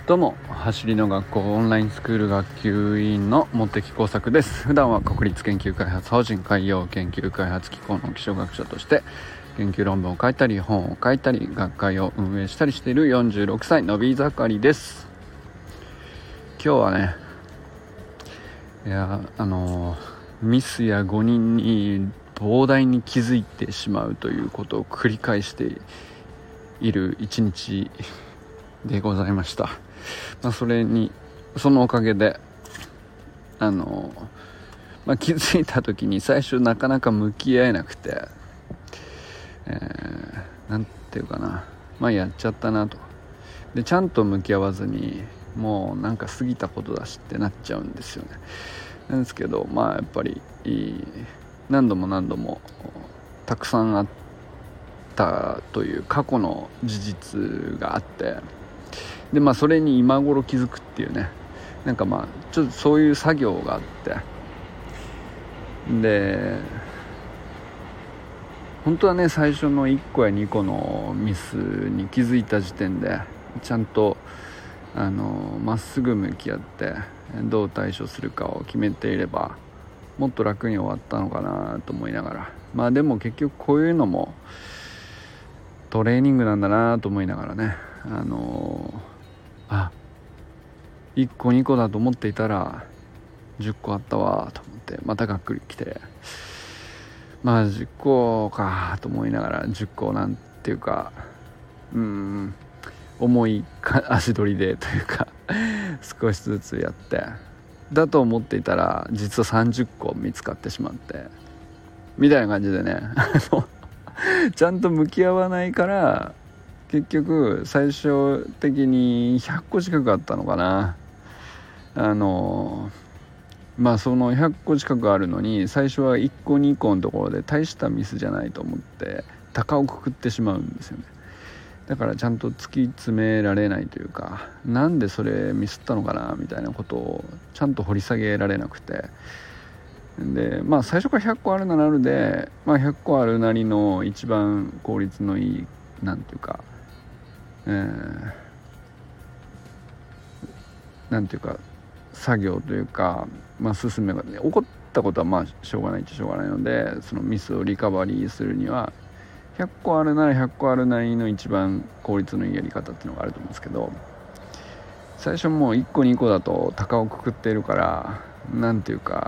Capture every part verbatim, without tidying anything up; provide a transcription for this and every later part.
どうも、走りの学校オンラインスクール学級委員の茂木耕作です。普段は国立研究開発法人海洋研究開発機構の気象学者として研究論文を書いたり本を書いたり学会を運営したりしているよんじゅうろくさいのび盛りです。今日はねいやあのミスや誤認に膨大に気づいてしまうということを繰り返している一日でございました。まあ、それにそのおかげであの、まあ、気づいた時に最初なかなか向き合えなくて、えー、なんていうかなまあやっちゃったなと。でちゃんと向き合わずにもうなんか過ぎたことだしってなっちゃうんですよね。なんですけどまあやっぱり何度も何度もたくさんあったという過去の事実があって、でまあそれに今頃気づくっていうね、なんかまあちょっとそういう作業があって、で本当はね最初のいっこやにこのミスに気づいた時点でちゃんとあのまっすぐ向き合ってどう対処するかを決めていればもっと楽に終わったのかなと思いながら、まあでも結局こういうのもトレーニングなんだなと思いながらね、あのあいっこにこだと思っていたらじゅっこあったわと思ってまたがっくりきて、まあじゅっこかと思いながらじゅっこなんていうかうーん重い足取りでというか少しずつやってだと思っていたら実はさんじゅっこ見つかってしまってみたいな感じでねちゃんと向き合わないから結局最終的にひゃっこ近くあったのかな。あのまあそのひゃっこ近くあるのに最初はいっこにこのところで大したミスじゃないと思って高をくくってしまうんですよね。だからちゃんと突き詰められないというか、なんでそれミスったのかなみたいなことをちゃんと掘り下げられなくて、でまあ最初からひゃっこあるならあるで、まあ、ひゃっこあるなりの一番効率のいいなんていうか、えー、なんていうか作業というか、まあ、進めが、ね、起こったことはまあしょうがないっちゃしょうがないので、そのミスをリカバリーするにはひゃっこあるならひゃっこあるなりの一番効率のいいやり方っていうのがあると思うんですけど、最初もういっこにこだと高をくくっているからなんていうか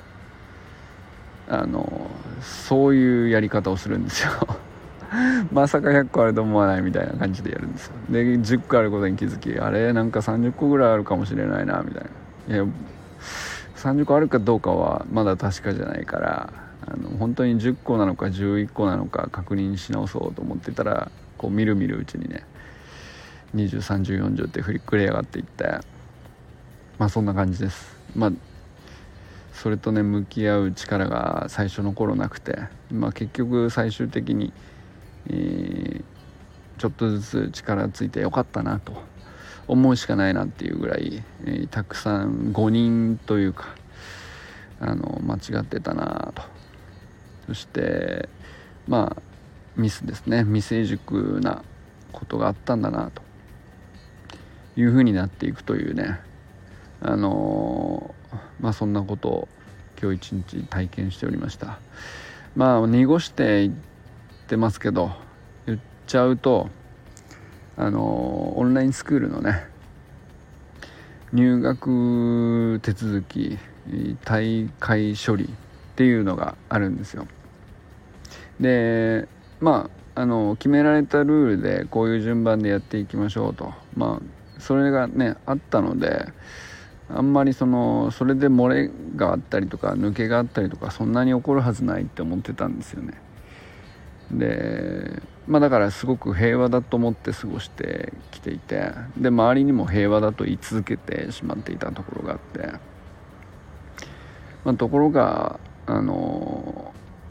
あのそういうやり方をするんですよまさかひゃっこあると思わないみたいな感じでやるんですよ。でじゅっこあることに気づき、あれなんかさんじゅっこぐらいあるかもしれないなみたいな、いやさんじゅっこあるかどうかはまだ確かじゃないから、あの本当にじゅっこなのかじゅういっこなのか確認し直そうと思ってたら、こうみるみるうちにねにじゅう、さんじゅう、よんじゅうって振りくれ上がっていって、まあそんな感じです。まあそれとね向き合う力が最初の頃なくて、まあ結局最終的に、えー、ちょっとずつ力ついてよかったなと思うしかないなっていうぐらい、えー、たくさん誤認というかあの間違ってたなと。そしてまあミスですね、未成熟なことがあったんだなという風になっていくというね、あのー、まあそんなことを今日一日体験しておりました。まあ濁して言ってますけど言っちゃうと、あのー、オンラインスクールのね入学手続き大会処理っていうのがあるんですよ。でまああの決められたルールでこういう順番でやっていきましょうと、まあそれがねあったので、あんまりそのそれで漏れがあったりとか抜けがあったりとかそんなに起こるはずないって思ってたんですよね。でまあだからすごく平和だと思って過ごしてきていて、で周りにも平和だと言い続けてしまっていたところがあって、まあ、ところがあの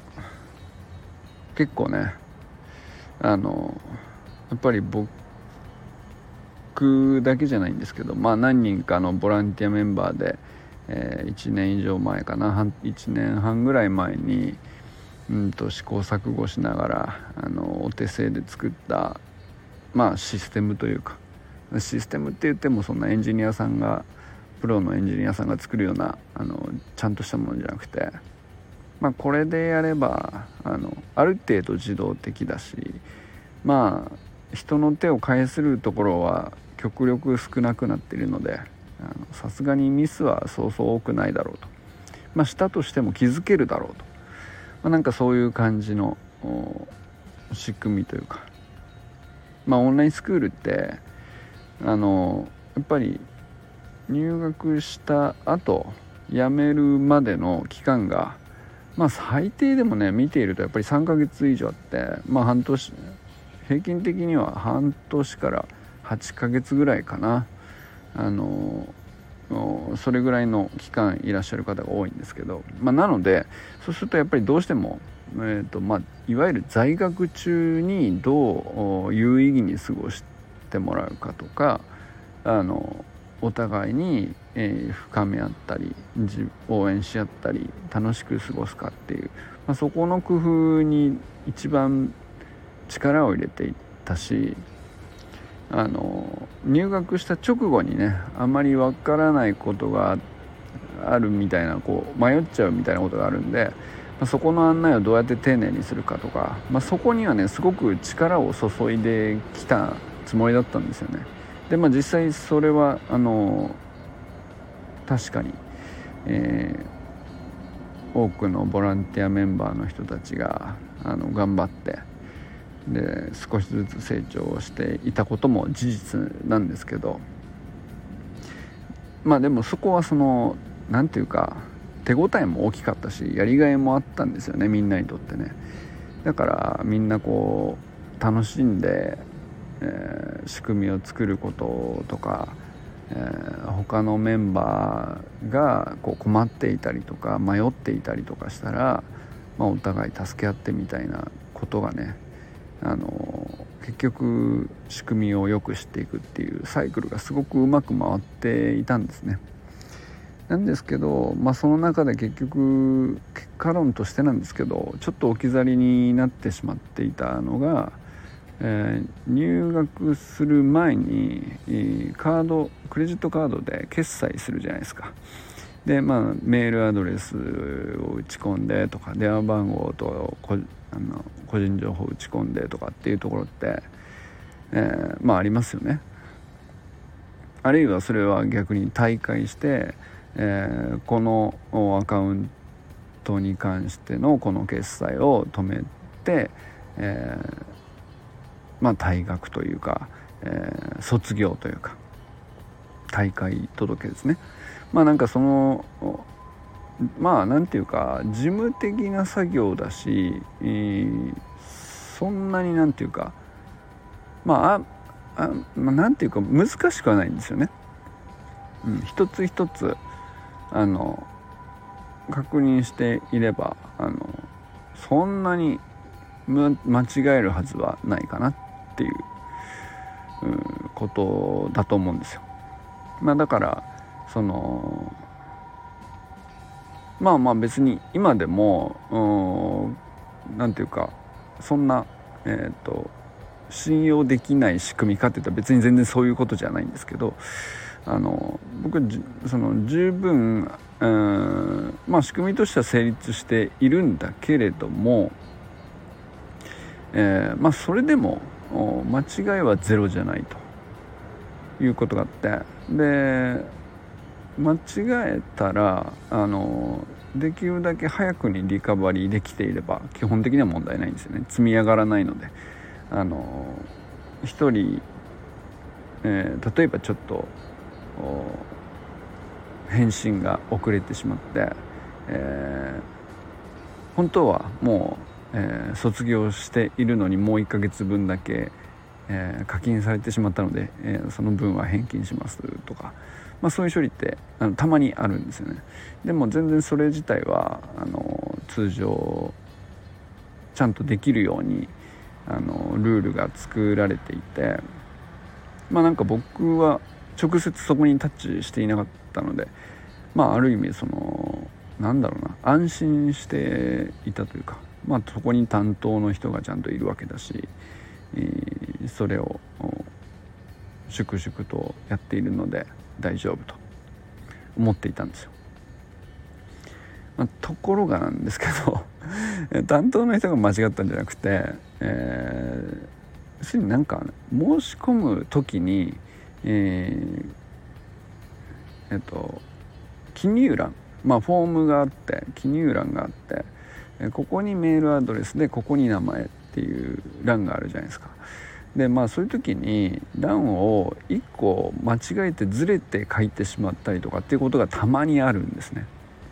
結構ねあのやっぱり僕だけじゃないんですけど、まあ何人かのボランティアメンバーで、えー、いちねん以上前かないちねんはんぐらい前にうんと試行錯誤しながらあのお手製で作ったまあシステムというかシステムって言ってもそんなエンジニアさんがプロのエンジニアさんが作るようなあのちゃんとしたものじゃなくて、まあこれでやればあのある程度自動的だし、まあ人の手を介するところは極力少なくなっているので、さすがにミスはそうそう多くないだろうと、まあしたとしても気づけるだろうと、まあ、なんかそういう感じの仕組みというか、まあオンラインスクールってあのやっぱり入学した後辞めるまでの期間が、まあ最低でもね見ているとやっぱりさんかげつ以上あって、まあ半年、平均的には半年からはちかげつぐらいかな、あのそれぐらいの期間いらっしゃる方が多いんですけど、まあ、なのでそうするとやっぱりどうしても、えーとまあ、いわゆる在学中にどう有意義に過ごしてもらうかとか、あのお互いに、えー、深め合ったり応援し合ったり楽しく過ごすかっていう、まあ、そこの工夫に一番力を入れていったし、あの入学した直後にねあまりわからないことがあるみたいな、こう迷っちゃうみたいなことがあるんで、まあ、そこの案内をどうやって丁寧にするかとか、まあ、そこにはねすごく力を注いできたつもりだったんですよね。で、まあ、実際それはあの確かに、えー、多くのボランティアメンバーの人たちがあの頑張ってで少しずつ成長していたことも事実なんですけど、まあでもそこはそのなんていうか手応えも大きかったしやりがいもあったんですよね、みんなにとってね。だからみんなこう楽しんで、えー、仕組みを作ることとか、えー、他のメンバーがこう困っていたりとか迷っていたりとかしたら、まあ、お互い助け合ってみたいなことがね、あの結局仕組みを良くしていくっていうサイクルがすごくうまく回っていたんですね。なんですけど、まあ、その中で結局結果論としてなんですけどちょっと置き去りになってしまっていたのが、えー、入学する前にカードクレジットカードで決済するじゃないですか。で、まあ、メールアドレスを打ち込んでとか電話番号とこあの個人情報を打ち込んでとかっていうところって、えー、まあありますよね。あるいはそれは逆に退会して、えー、このアカウントに関してのこの決済を止めて、えー、まあ退学というか、えー、卒業というか退会届ですね。まあなんかそのまあなんていうか事務的な作業だし、えー、そんなになんていうかまああ、まあ、なんていうか難しくはないんですよね。うん、一つ一つあの確認していればあのそんなに間違えるはずはないかなっていう、うん、ことだと思うんですよ。まあだからそのまあまあ別に今でもなんていうかそんなえっと信用できない仕組みかっていったら別に全然そういうことじゃないんですけど、あの僕はその十分うんまあ仕組みとしては成立しているんだけれども、えー、まあそれでも間違いはゼロじゃないということがあって、で間違えたらあのできるだけ早くにリカバリーできていれば基本的には問題ないんですよね。積み上がらないので、あの一人、えー、例えばちょっと返信が遅れてしまって、えー、本当はもう、えー、卒業しているのにもういっかげつぶんだけ、えー、課金されてしまったので、えー、その分は返金しますとか、まあ、そういう処理ってあのたまにあるんですよね。でも全然それ自体はあの通常ちゃんとできるようにあのルールが作られていて、まあなんか僕は直接そこにタッチしていなかったので、まあある意味そのなんだろうな安心していたというか、まあそこに担当の人がちゃんといるわけだし、えー、それを粛々とやっているので大丈夫と思っていたんですよ。まあ、ところがなんですけど担当の人が間違ったんじゃなくて、えー、すでになんか申し込む時に、えーえっと、記入欄、まあ、フォームがあって記入欄があって、えここにメールアドレスでここに名前っていう欄があるじゃないですか。でまあそういう時に欄をいっこ間違えてずれて書いてしまったりとかっていうことがたまにあるんですね。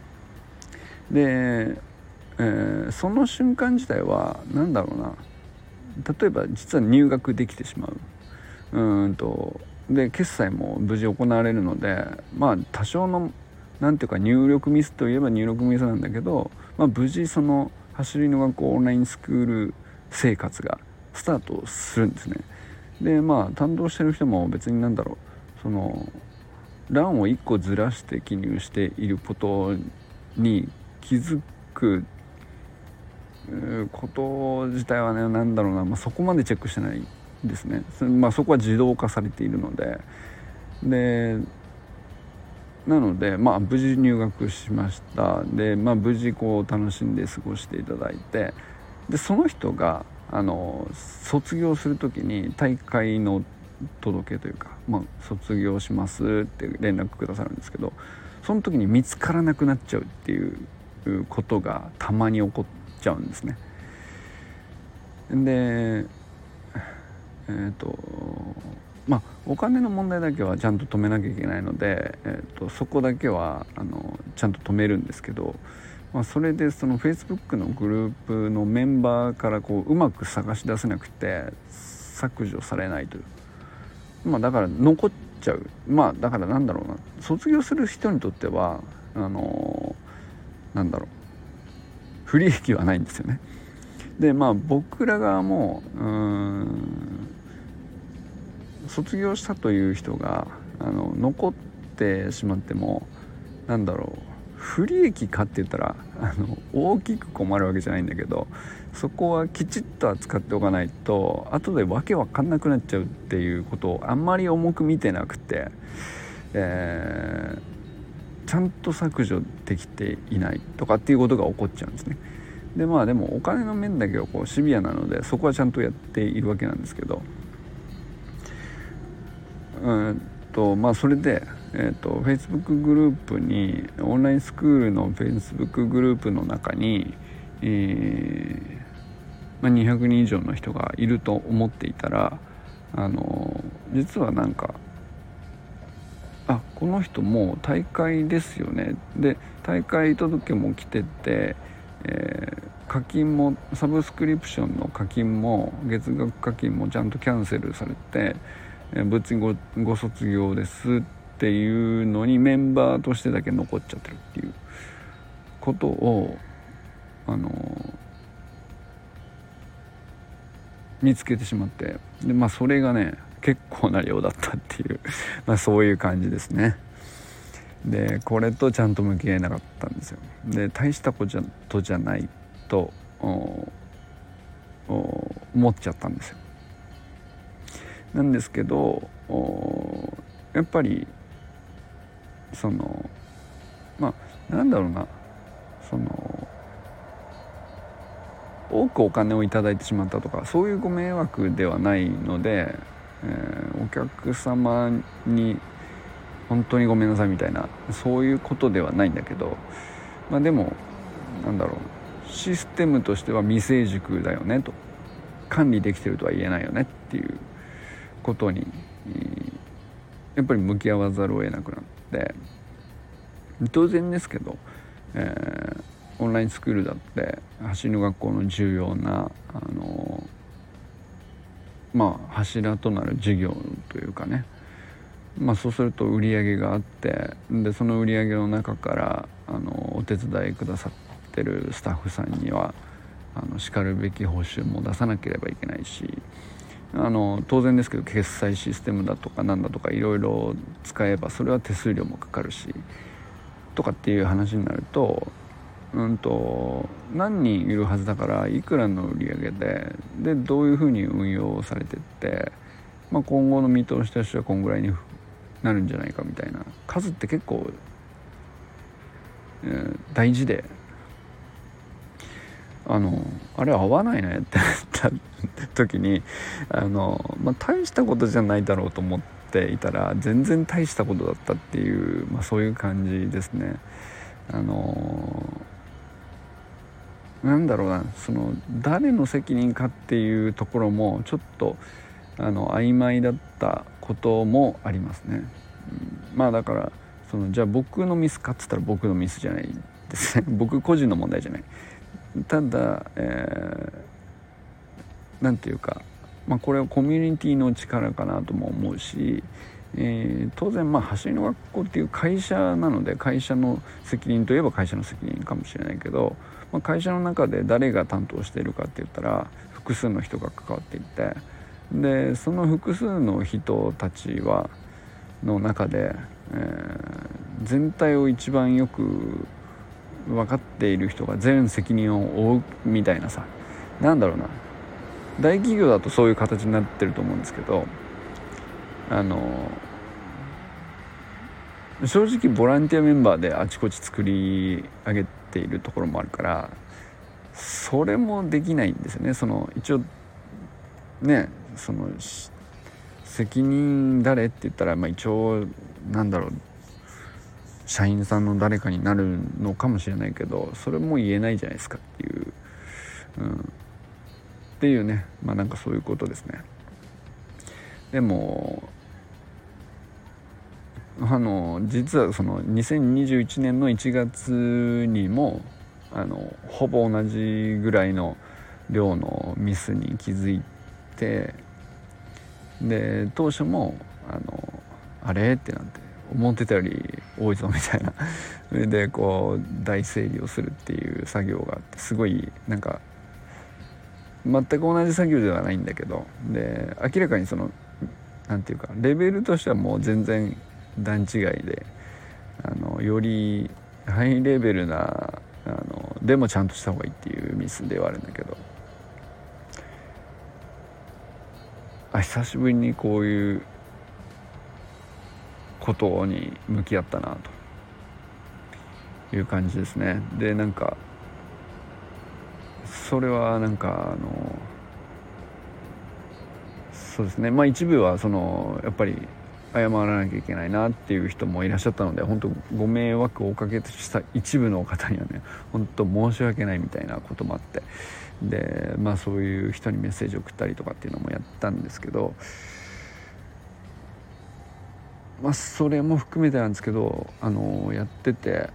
で、えー、その瞬間自体はなんだろうな、例えば実は入学できてしまう、うーんとで決済も無事行われるので、まあ多少のなんていうか入力ミスといえば入力ミスなんだけど、まあ、無事その走りの学校オンラインスクール生活がスタートするんですね。でまあ担当してる人も別になんだろう、その欄をいっこずらして記入していることに気づくこと自体はね、なんだろうな、まあ、そこまでチェックしてないですね。そ, まあ、そこは自動化されているので、でなので、まあ、無事入学しました。で、まあ、無事こう楽しんで過ごしていただいて、でその人があの卒業する時に大会の届けというか、まあ、卒業しますって連絡くださるんですけど、その時に見つからなくなっちゃうっていうことがたまに起こっちゃうんですね。でえーとまあ、お金の問題だけはちゃんと止めなきゃいけないので、えーとそこだけはあのちゃんと止めるんですけど、まあ、それでその Facebook のグループのメンバーからこううまく探し出せなくて削除されないという、まあ、だから残っちゃう。まあだからなんだろうな、卒業する人にとってはあのなんだろう不利益はないんですよね。でまあ僕ら側もうーん卒業したという人があの残ってしまってもなんだろう不利益かって言ったらあの大きく困るわけじゃないんだけど、そこはきちっと扱っておかないと後でわけわかんなくなっちゃうっていうことをあんまり重く見てなくて、えー、ちゃんと削除できていないとかっていうことが起こっちゃうんですね。でまあでもお金の面だけはこうシビアなのでそこはちゃんとやっているわけなんですけど、うんとまあそれで、えーと Facebook グループにオンラインスクールの Facebook グループの中に、えーまあ、にひゃくにん以上の人がいると思っていたら、あの実はなんかあこの人もう大会ですよね、で大会届も来てて、えー課金もサブスクリプションの課金も月額課金もちゃんとキャンセルされて、えー、別に ご, ご卒業ですっていうのにメンバーとしてだけ残っちゃってるっていうことをあのー、見つけてしまって、でまあそれがね結構な量だったっていうまあそういう感じですね。でこれとちゃんと向き合えなかったんですよ。で大したことじゃないと思っちゃったんですよ。なんですけどやっぱりそのまあなんだろうな、その多くお金をいただいてしまったとかそういうご迷惑ではないので、えー、お客様に本当にごめんなさいみたいなそういうことではないんだけど、まあでもなんだろうシステムとしては未成熟だよねと、管理できてるとは言えないよねっていうことにやっぱり向き合わざるを得なくなって、当然ですけど、えー、オンラインスクールだって走りの学校の重要なあのまあ柱となる事業というかね、まあ、そうすると売り上げがあって、でその売り上げの中からあのお手伝いくださってるスタッフさんにはあのしかるべき報酬も出さなければいけないし、あの当然ですけど決済システムだとかなんだとかいろいろ使えばそれは手数料もかかるしとかっていう話になると、うんと何人いるはずだからいくらの売り上げででどういうふうに運用されてって、 まあ、今後の見通しとしてはこんぐらいになるんじゃないかみたいな。数って結構、えー、大事で、あのあれ合わないねってなった時にあの、まあ、大したことじゃないだろうと思っていたら全然大したことだったっていう、まあ、そういう感じですね。あのなんだろうな、その誰の責任かっていうところもちょっとあの曖昧だったこともありますね。うん、まあだからそのじゃあ僕のミスかっつったら僕のミスじゃないですね僕個人の問題じゃない。ただ、えー、なんていうか、まあ、これはコミュニティの力かなとも思うし、えー、当然まあ走りの学校っていう会社なので会社の責任といえば会社の責任かもしれないけど、まあ、会社の中で誰が担当しているかって言ったら複数の人が関わっていて、でその複数の人たちはの中で、えー、全体を一番よく分かっている人が全責任を負うみたいなさ、なんだろうな、大企業だとそういう形になってると思うんですけど、あの正直ボランティアメンバーであちこち作り上げているところもあるからそれもできないんですよね。その一応ね、その責任誰って言ったら、まあ、一応なんだろう社員さんの誰かになるのかもしれないけどそれも言えないじゃないですかっていう、うん、っていうね、まあなんかそういうことですね。でもあの実はそのにせんにじゅういちねんのいちがつにもあのほぼ同じぐらいの量のミスに気づいて、で当初もあのあれってなって思ってたより多いぞみたいなそれでこう大整理をするっていう作業があって、すごいなんか全く同じ作業ではないんだけど、で明らかにそのなんていうかレベルとしてはもう全然段違いで、あのよりハイレベルなあのでもちゃんとした方がいいっていうミスではあるんだけど、あ久しぶりにこういうことに向き合ったなという感じですね。でなんかそれはなんかあのそうですね、まあ一部はそのやっぱり謝らなきゃいけないなっていう人もいらっしゃったので、本当ご迷惑をおかけした一部の方にはね本当申し訳ないみたいなこともあって、でまあそういう人にメッセージを送ったりとかっていうのもやったんですけど、まあそれも含めてなんですけど、あのやってて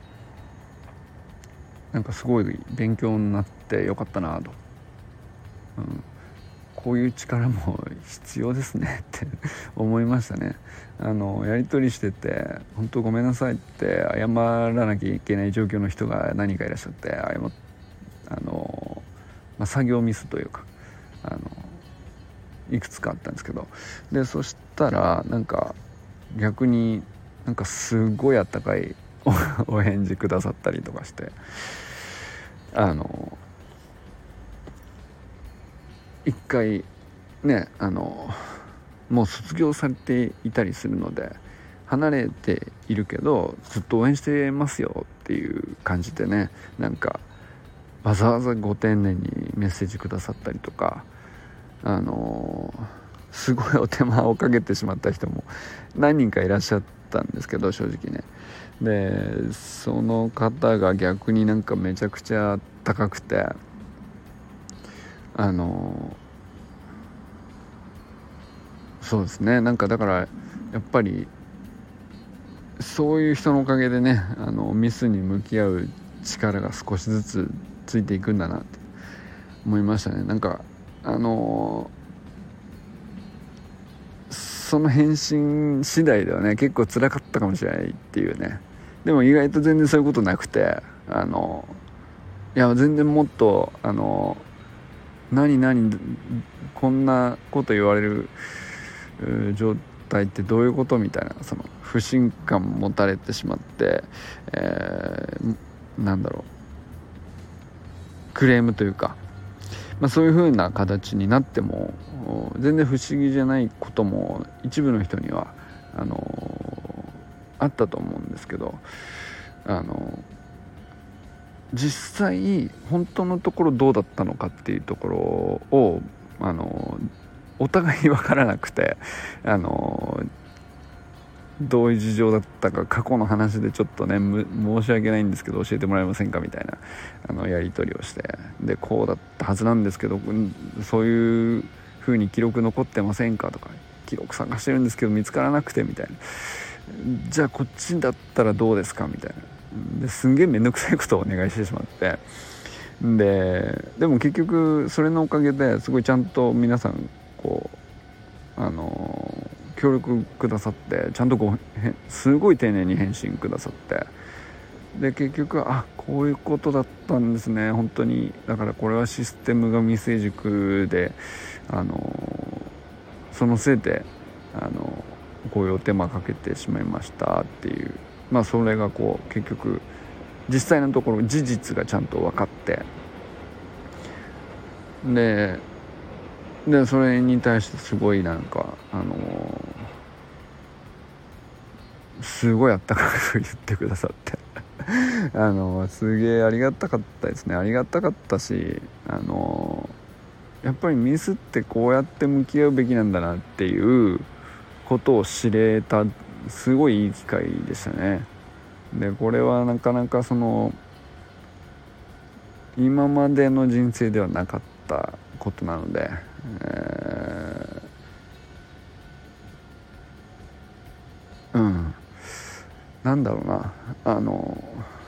なんかすごい勉強になってよかったなと、うん、こういう力も必要ですねって思いましたね。あのやり取りしてて本当ごめんなさいって謝らなきゃいけない状況の人が何かいらっしゃって、謝あの、まあ、作業ミスというかあのいくつかあったんですけど、でそしたらなんか逆になんかすごいあったかいお返事くださったりとかして、あの一回ねあのもう卒業されていたりするので離れているけどずっと応援してますよっていう感じでね、なんかわざわざご丁寧にメッセージくださったりとか、あのすごいお手間をかけてしまった人も何人かいらっしゃったんですけど正直ね、でその方が逆になんかめちゃくちゃ高くて、あのそうですね、なんかだからやっぱりそういう人のおかげでねあのミスに向き合う力が少しずつついていくんだなって思いましたね。なんかあのその返信次第ではね結構辛かったかもしれないっていうね、でも意外と全然そういうことなくて、あのいや全然もっとあの何何こんなこと言われる状態ってどういうことみたいな、その不信感持たれてしまって、えー、なんだろうクレームというか、 まあ、そういう風な形になっても全然不思議じゃないことも一部の人にはあのあったと思うんですけど、あの実際本当のところどうだったのかっていうところをあのお互いに分からなくて、あのどういう事情だったか過去の話でちょっとね申し訳ないんですけど教えてもらえませんかみたいなあのやり取りをして、でこうだったはずなんですけどそういう風に記録残ってませんかとか、記録探してるんですけど見つからなくてみたいな、じゃあこっちだったらどうですかみたいなですんげえめんどくさいことをお願いしてしまって、ででも結局それのおかげですごいちゃんと皆さんこうあの協力くださって、ちゃんとごすごい丁寧に返信くださって、で結局あこういうことだったんですね本当に、だからこれはシステムが未成熟であのそのせいであのこういうお手間かけてしまいましたっていう、まあそれがこう結局実際のところ事実がちゃんと分かって、ででそれに対してすごいなんかあのすごいあったかく言ってくださってあのすげえありがたかったですね。ありがたかったし、あのやっぱりミスってこうやって向き合うべきなんだなっていうことを知れたすごいいい機会でしたね。でこれはなかなかその今までの人生ではなかったことなので、えー、うんなんだろうなあの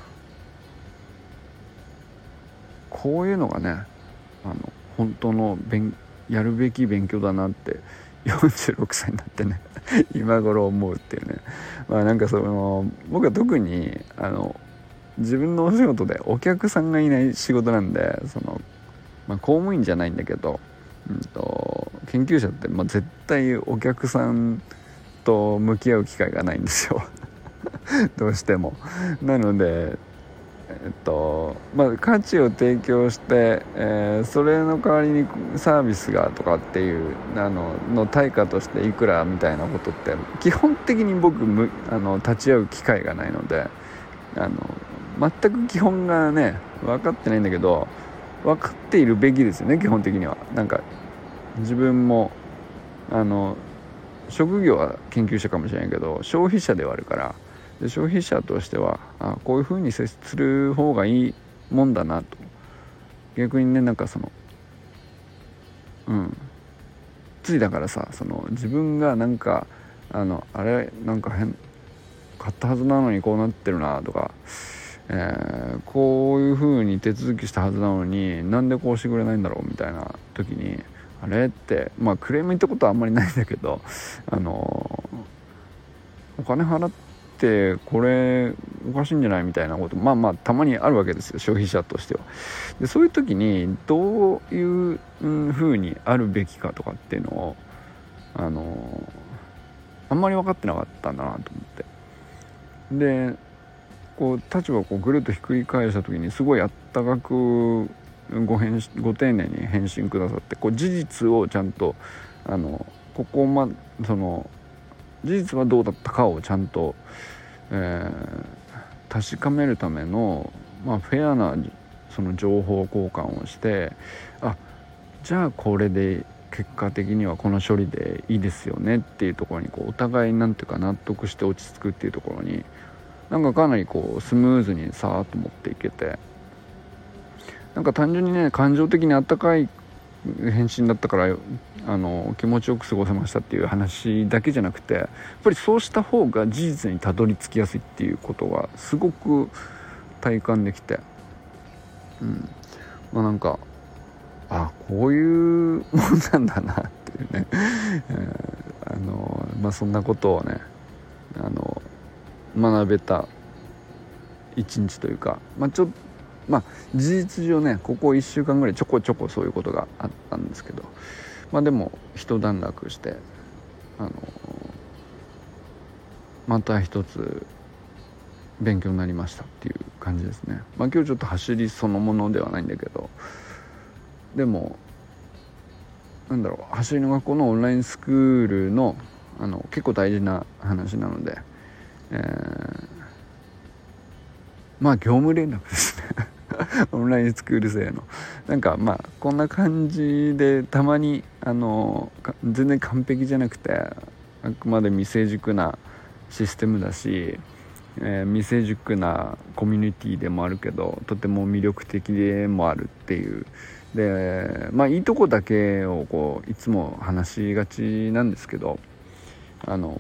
こういうのがねあの本当の勉やるべき勉強だなってよんじゅうろくさいになってね今頃思うっていうね。まあなんかその僕は特にあの自分のお仕事でお客さんがいない仕事なんで、その、まあ、公務員じゃないんだけど、うんと、研究者って、まあ、絶対お客さんと向き合う機会がないんですよどうしても。なのでえっとまあ、価値を提供して、えー、それの代わりにサービスがとかっていうあのの対価としていくらみたいなことって基本的に僕むあの立ち会う機会がないので、あの全く基本がね分かってないんだけど、分かっているべきですよね基本的には。なんか自分もあの職業は研究者かもしれないけど消費者ではあるから、で消費者としてはあこういう風に接する方がいいもんだなと、逆にねなんかそのうんついだからさ、その自分がなんかあのあれなんか変買ったはずなのにこうなってるなとか、えー、こういう風に手続きしたはずなのになんでこうしてくれないんだろうみたいな時にあれってまあクレーム言ったことはあんまりないんだけど、あのお金払ってこれおかしいんじゃないみたいなことまあまあたまにあるわけですよ消費者としては。でそういう時にどういう風にあるべきかとかっていうのをあのあんまり分かってなかったんだなと思って、でこう立場をこうぐるっとひっくり返した時にすごいあったかくご返ご丁寧に返信くださって、こう事実をちゃんとあのここまその事実はどうだったかをちゃんと、えー、確かめるための、まあ、フェアなその情報交換をして、あじゃあこれで結果的にはこの処理でいいですよねっていうところにこうお互いなんていうか納得して落ち着くっていうところになんかかなりこうスムーズにさーっと持っていけて、なんか単純にね感情的にあったかい返信だったからあの気持ちよく過ごせましたっていう話だけじゃなくて、やっぱりそうした方が事実にたどり着きやすいっていうことがすごく体感できて、うんまあなんかあこういうもんなんだなっていうね、えー、あのまあそんなことをねあの学べた一日というか、まあちょっとまあ事実上ねここいっしゅうかんぐらいちょこちょこそういうことがあったんですけど、まあでも一段落してあのまた一つ勉強になりましたっていう感じですね。まあ今日ちょっと走りそのものではないんだけど、 でもなんだろう、走りの学校のオンラインスクールのあの結構大事な話なので、えー、まあ業務連絡ですねオンラインスクール生のなんかまあこんな感じで、たまにあの全然完璧じゃなくて、あくまで未成熟なシステムだし、えー、未成熟なコミュニティでもあるけど、とても魅力的でもあるっていうで、まあいいとこだけをこういつも話しがちなんですけど、あの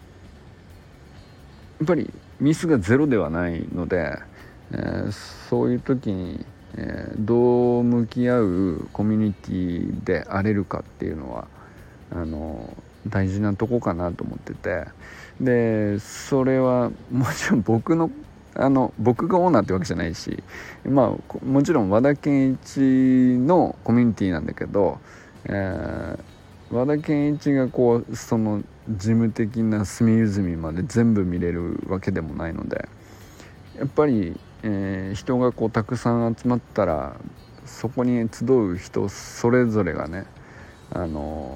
やっぱりミスがゼロではないので、えー、そういう時に、えー、どう向き合うコミュニティであれるかっていうのはあの大事なとこかなと思ってて、でそれはもちろん僕のあの僕がオーナーってわけじゃないし、まあもちろん和田健一のコミュニティなんだけど、えー、和田健一がこうその事務的な隅々まで全部見れるわけでもないので、やっぱり、えー、人がこうたくさん集まったらそこに集う人それぞれがね、あの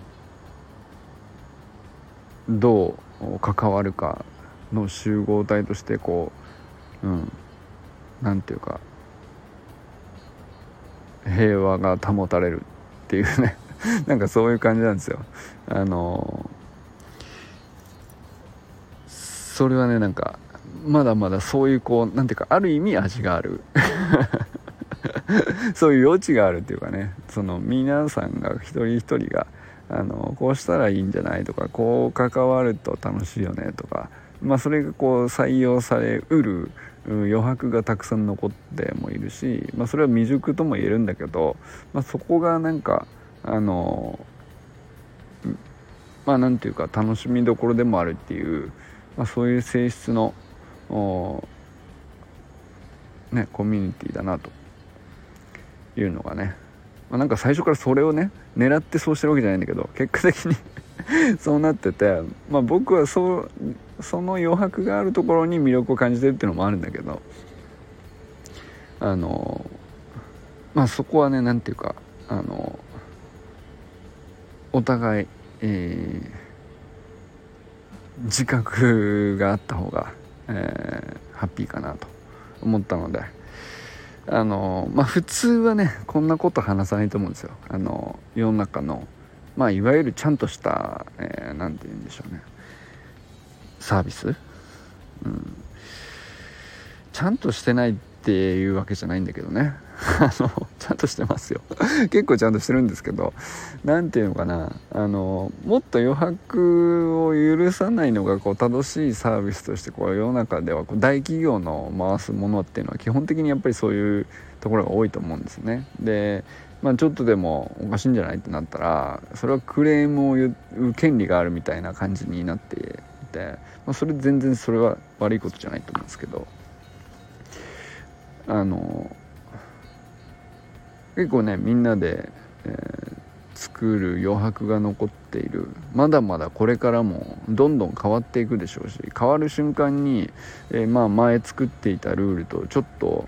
どう関わるかの集合体としてこう、うん、なんていうか平和が保たれるっていうねなんかそういう感じなんですよ。あのそれはね、なんかまだまだそういうこうなんていうか、ある意味味があるそういう余地があるっていうかね、その皆さんが一人一人があのこうしたらいいんじゃないとか、こう関わると楽しいよねとか、まあそれがこう採用されうる余白がたくさん残ってもいるし、まあそれは未熟とも言えるんだけど、まあそこがなんかあのまあなんていうか楽しみどころでもあるっていう、まあ、そういう性質のねコミュニティだなというのがね、まあ、なんか最初からそれをね狙ってそうしてるわけじゃないんだけど、結果的にそうなってて、まあ僕はそうその余白があるところに魅力を感じてるっていうのもあるんだけど、あのまあそこはねなんていうかあのお互い、えー、自覚があった方が、えー、ハッピーかなと思ったので、あのまあ普通はねこんなこと話さないと思うんですよ。あの世の中のまあいわゆるちゃんとした、えー、なんて言うんでしょうね、サービス、うん、ちゃんとしてないっていうわけじゃないんだけどねあのちゃんとしてますよ結構ちゃんとしてるんですけど、なんていうのかな、あのもっと余白を許さないのがこう正しいサービスとしてこう世の中ではこう大企業の回すものっていうのは基本的にやっぱりそういうところが多いと思うんですね。でまあ、ちょっとでもおかしいんじゃないってなったらそれはクレームを言う権利があるみたいな感じになっていて、まあ、それ全然それは悪いことじゃないと思うんですけど、あの結構ねみんなで、えー、作る余白が残っている、まだまだこれからもどんどん変わっていくでしょうし、変わる瞬間に、えー、まあ前作っていたルールとちょっと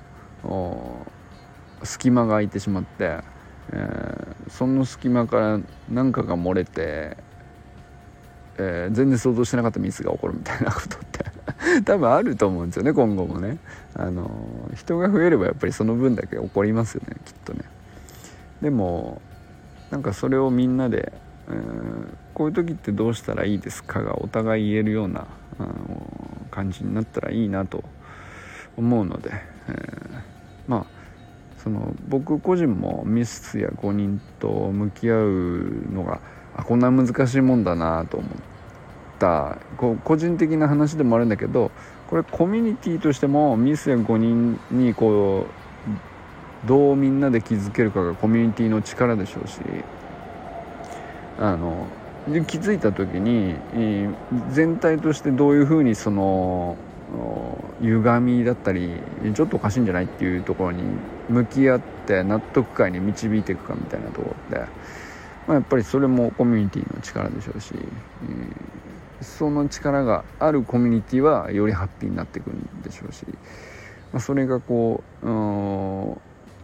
隙間が空いてしまって、えー、その隙間から何かが漏れて、えー、全然想像してなかったミスが起こるみたいなことって多分あると思うんですよね、今後もね。あの人が増えればやっぱりその分だけ起こりますよね、きっとね。でもなんかそれをみんなで、えー、こういう時ってどうしたらいいですかがお互い言えるような、あの感じになったらいいなと思うので、えー、まあその僕個人もミスや誤認と向き合うのがあこんな難しいもんだなと思ったこう個人的な話でもあるんだけど、これコミュニティとしてもミスや誤認にこうどうみんなで気づけるかがコミュニティの力でしょうし、あの気づいた時に全体としてどういうふうにその歪みだったりちょっとおかしいんじゃないっていうところに向き合って納得感に導いていくかみたいなところで、まあ、やっぱりそれもコミュニティの力でしょうし、その力があるコミュニティはよりハッピーになっていくんでしょうし、まあ、それがこう、うん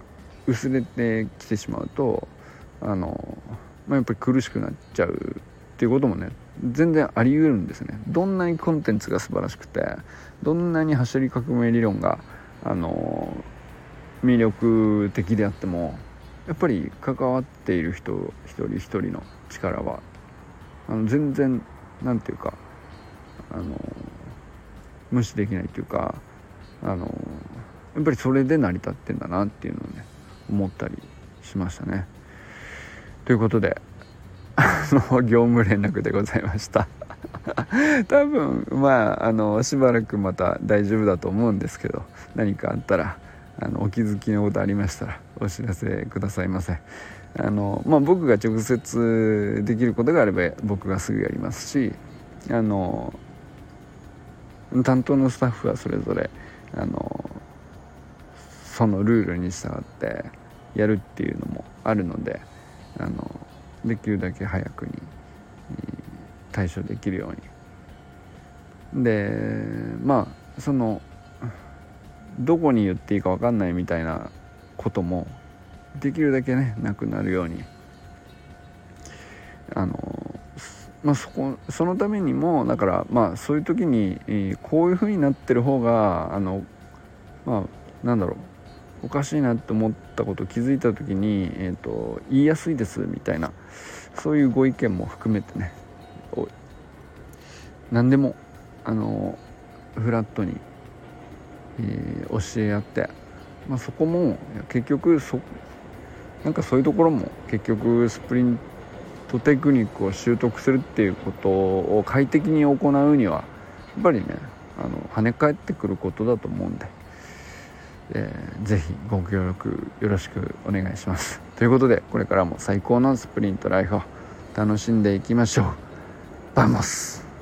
薄れてきてしまうとあの、まあ、やっぱり苦しくなっちゃうっていうこともね全然あり得るんですね。どんなにコンテンツが素晴らしくてどんなに走り革命理論があの魅力的であってもやっぱり関わっている人一人一人の力はあの全然なんていうかあの無視できないというかあのやっぱりそれで成り立ってんだなっていうのをね思ったりしましたね。ということであの業務連絡でございました多分まああのしばらくまた大丈夫だと思うんですけど、何かあったらあのお気づきのことありましたらお知らせくださいませ。あの、まあ、僕が直接できることがあれば僕がすぐやりますし、あの担当のスタッフはそれぞれあのそのルールに従ってやるっていうのもあるので、あのできるだけ早くに対処できるようにで、まあそのどこに言っていいか分かんないみたいなこともできるだけねなくなるようにあの、まあ、そこそのためにもだからまあそういう時に、えー、こういう風になってる方があのまあなんだろうおかしいなって思ったことを気づいた時に、えーと、言いやすいですみたいなそういうご意見も含めてね何でもあのフラットに、えー、教え合って、まあ、そこも結局そなんかそういうところも結局スプリントテクニックを習得するっていうことを快適に行うにはやっぱりねあの跳ね返ってくることだと思うんで、えー、ぜひご協力よろしくお願いしますということで、これからも最高のスプリントライフを楽しんでいきましょう。バモス。